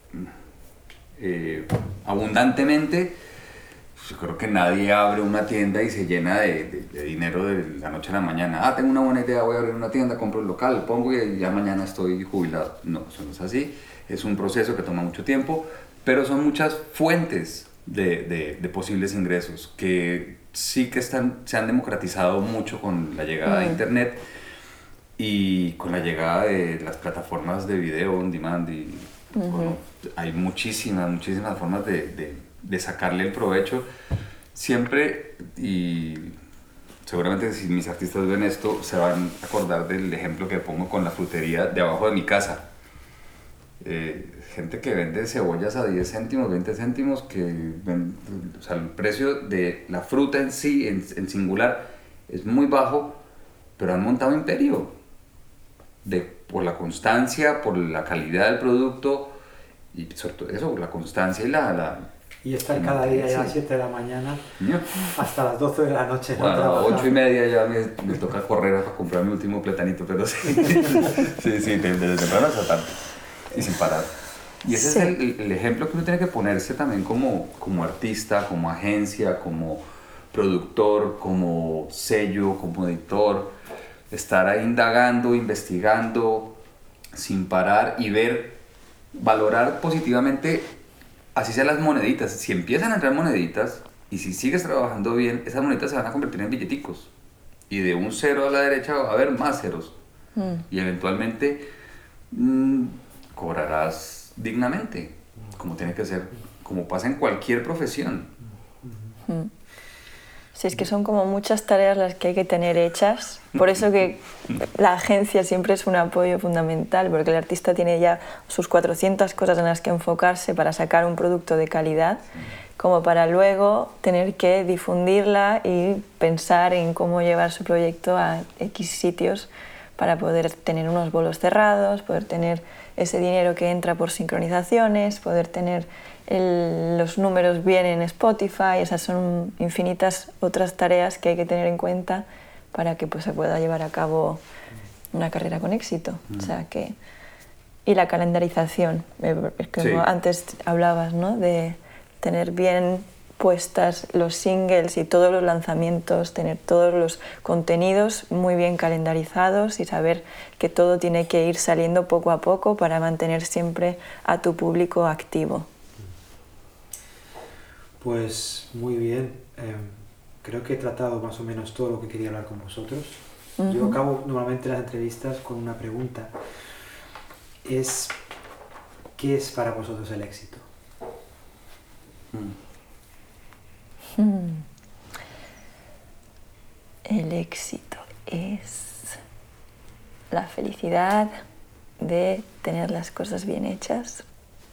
eh, abundantemente, yo creo que nadie abre una tienda y se llena de, de, de dinero de la noche a la mañana. Ah, tengo una buena idea, voy a abrir una tienda, compro el local, pongo y ya mañana estoy jubilado. No, eso no es así. Es un proceso que toma mucho tiempo, pero son muchas fuentes de, de, de posibles ingresos que sí que están, se han democratizado mucho con la llegada mm. de internet y con la llegada de las plataformas de video on demand. Y, uh-huh. bueno, hay muchísimas, muchísimas formas de, de, de sacarle el provecho. Siempre, y seguramente si mis artistas ven esto, se van a acordar del ejemplo que pongo con la frutería de abajo de mi casa. Eh, gente que vende cebollas a diez céntimos, veinte céntimos, que ven, o sea, el precio de la fruta en sí, en, en singular, es muy bajo, pero han montado imperio de, por la constancia, por la calidad del producto y sobre todo eso, por la constancia y la... la y estar cada día ya a las siete de la mañana ¿no? hasta las doce de la noche. Bueno, a las ocho y media ya me, me toca correr para comprar mi último platanito, pero sí, sí, sí, desde temprano hasta tarde. Y sin parar. Y ese sí. es el, el ejemplo que uno tiene que ponerse también como, como artista, como agencia, como productor, como sello, como editor. Estar ahí indagando, investigando, sin parar y ver, valorar positivamente, así sean las moneditas. Si empiezan a entrar moneditas y si sigues trabajando bien, esas moneditas se van a convertir en billeticos. Y de un cero a la derecha va a haber más ceros. Mm. Y eventualmente... Mmm, cobrarás dignamente, como tiene que ser, como pasa en cualquier profesión. Sí, es que son como muchas tareas las que hay que tener hechas, por eso que la agencia siempre es un apoyo fundamental, porque el artista tiene ya sus cuatrocientas cosas en las que enfocarse para sacar un producto de calidad, como para luego tener que difundirla y pensar en cómo llevar su proyecto a X sitios para poder tener unos bolos cerrados, poder tener ese dinero que entra por sincronizaciones, poder tener el, los números bien en Spotify. Esas son infinitas otras tareas que hay que tener en cuenta para que pues, se pueda llevar a cabo una carrera con éxito. Mm. O sea que, y la calendarización, es como sí. antes hablabas, ¿no? De tener bien puestas, los singles y todos los lanzamientos, tener todos los contenidos muy bien calendarizados y saber que todo tiene que ir saliendo poco a poco para mantener siempre a tu público activo. Pues muy bien, eh, creo que he tratado más o menos todo lo que quería hablar con vosotros. Uh-huh. Yo acabo normalmente las entrevistas con una pregunta, es ¿qué es para vosotros el éxito? Mm. Hmm. El éxito es la felicidad de tener las cosas bien hechas.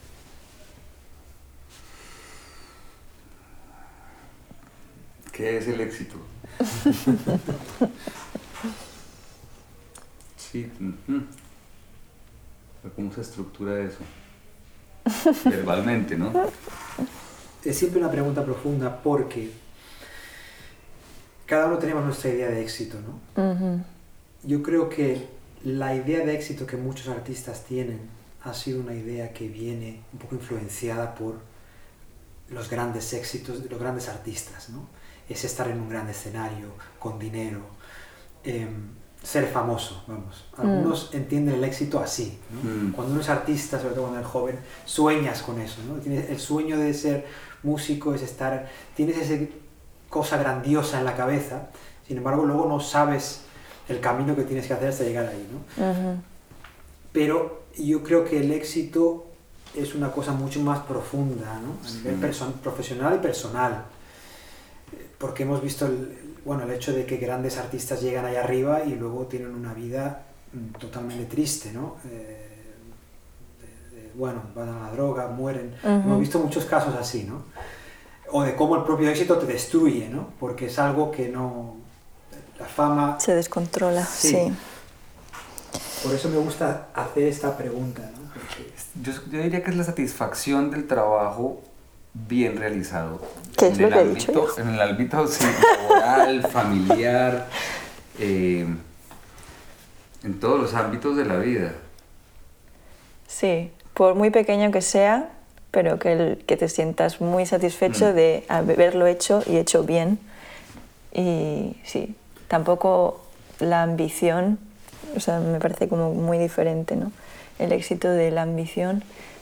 ¿Qué es el éxito? Sí. Uh-huh. ¿Cómo se estructura eso? Verbalmente, ¿no? Es siempre una pregunta profunda porque cada uno tenemos nuestra idea de éxito, ¿no? Uh-huh. Yo creo que la idea de éxito que muchos artistas tienen ha sido una idea que viene un poco influenciada por los grandes éxitos de los grandes artistas, ¿no? Es estar en un gran escenario, con dinero, eh, ser famoso, vamos. Algunos mm. entienden el éxito así, ¿no? Mm. Cuando uno es artista, sobre todo cuando eres joven, sueñas con eso, ¿no? Tienes el sueño de ser músico, es estar, tienes esa cosa grandiosa en la cabeza, sin embargo luego no sabes el camino que tienes que hacer hasta llegar ahí, ¿no? Uh-huh. Pero yo creo que el éxito es una cosa mucho más profunda, ¿no? A nivel perso- profesional y personal, porque hemos visto el, bueno, el hecho de que grandes artistas llegan ahí arriba y luego tienen una vida totalmente triste, ¿no? Eh, de, de, bueno, van a la droga, mueren. Uh-huh. Hemos visto muchos casos así, ¿no? O de cómo el propio éxito te destruye, ¿no? Porque es algo que no... La fama... Se descontrola, sí. sí. Por eso me gusta hacer esta pregunta, ¿no? Porque... Yo, yo diría que es la satisfacción del trabajo bien realizado. ¿Qué es lo que he dicho yo? En el ámbito sí, laboral, familiar, eh, en todos los ámbitos de la vida. Sí, por muy pequeño que sea, pero que, el, que te sientas muy satisfecho mm. de haberlo hecho y hecho bien. Y sí, tampoco la ambición, o sea, me parece como muy diferente, ¿no? El éxito de la ambición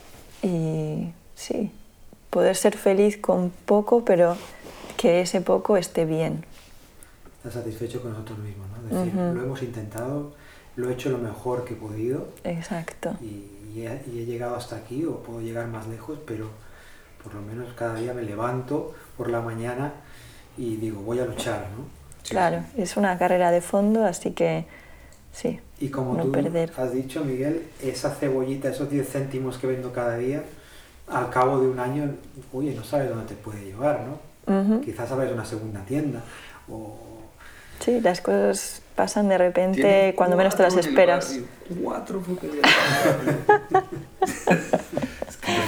y sí, poder ser feliz con poco, pero que ese poco esté bien. Estás satisfecho con nosotros mismos, ¿no? Decir, uh-huh. lo hemos intentado, lo he hecho lo mejor que he podido. Exacto. Y, y, he, y he llegado hasta aquí, o puedo llegar más lejos, pero por lo menos cada día me levanto por la mañana y digo, voy a luchar, ¿no? Claro, sí. Es una carrera de fondo, así que sí, y como no tú perder. Has dicho, Miguel, esa cebollita, esos diez céntimos que vendo cada día, al cabo de un año, oye, no sabes dónde te puede llevar, ¿no? Uh-huh. Quizás abres una segunda tienda o... Sí, las cosas pasan de repente cuando menos te las esperas. Cuatro fruterías. Es que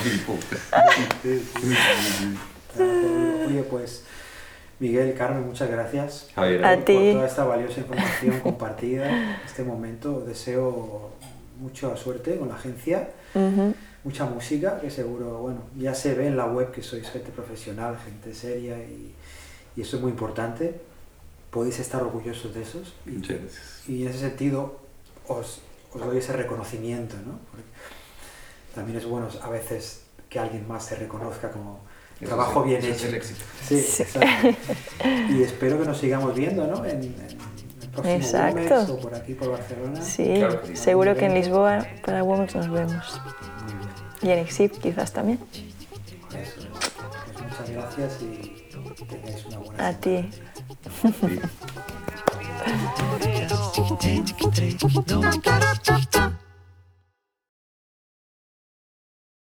Oye, pues, Miguel, Carmen, muchas gracias Javier, a por ti. toda esta valiosa información compartida. Este momento, deseo mucha suerte con la agencia. Uh-huh. Mucha música, que seguro, bueno, ya se ve en la web que sois gente profesional, gente seria y, y eso es muy importante. Podéis estar orgullosos de esos y, y en ese sentido os, os doy ese reconocimiento, ¿no? Porque también es bueno a veces que alguien más se reconozca como eso trabajo sí, bien eso hecho. Es el éxito. Sí, sí. Exacto. Y espero que nos sigamos viendo, ¿no? En, en el próximo exacto. Womex o por aquí, por Barcelona. Sí, claro que sí. Seguro que en Lisboa para Womex nos vemos. Y en Exhib quizás también. Eso. Pues muchas gracias y tengáis una buena a semana. Ti.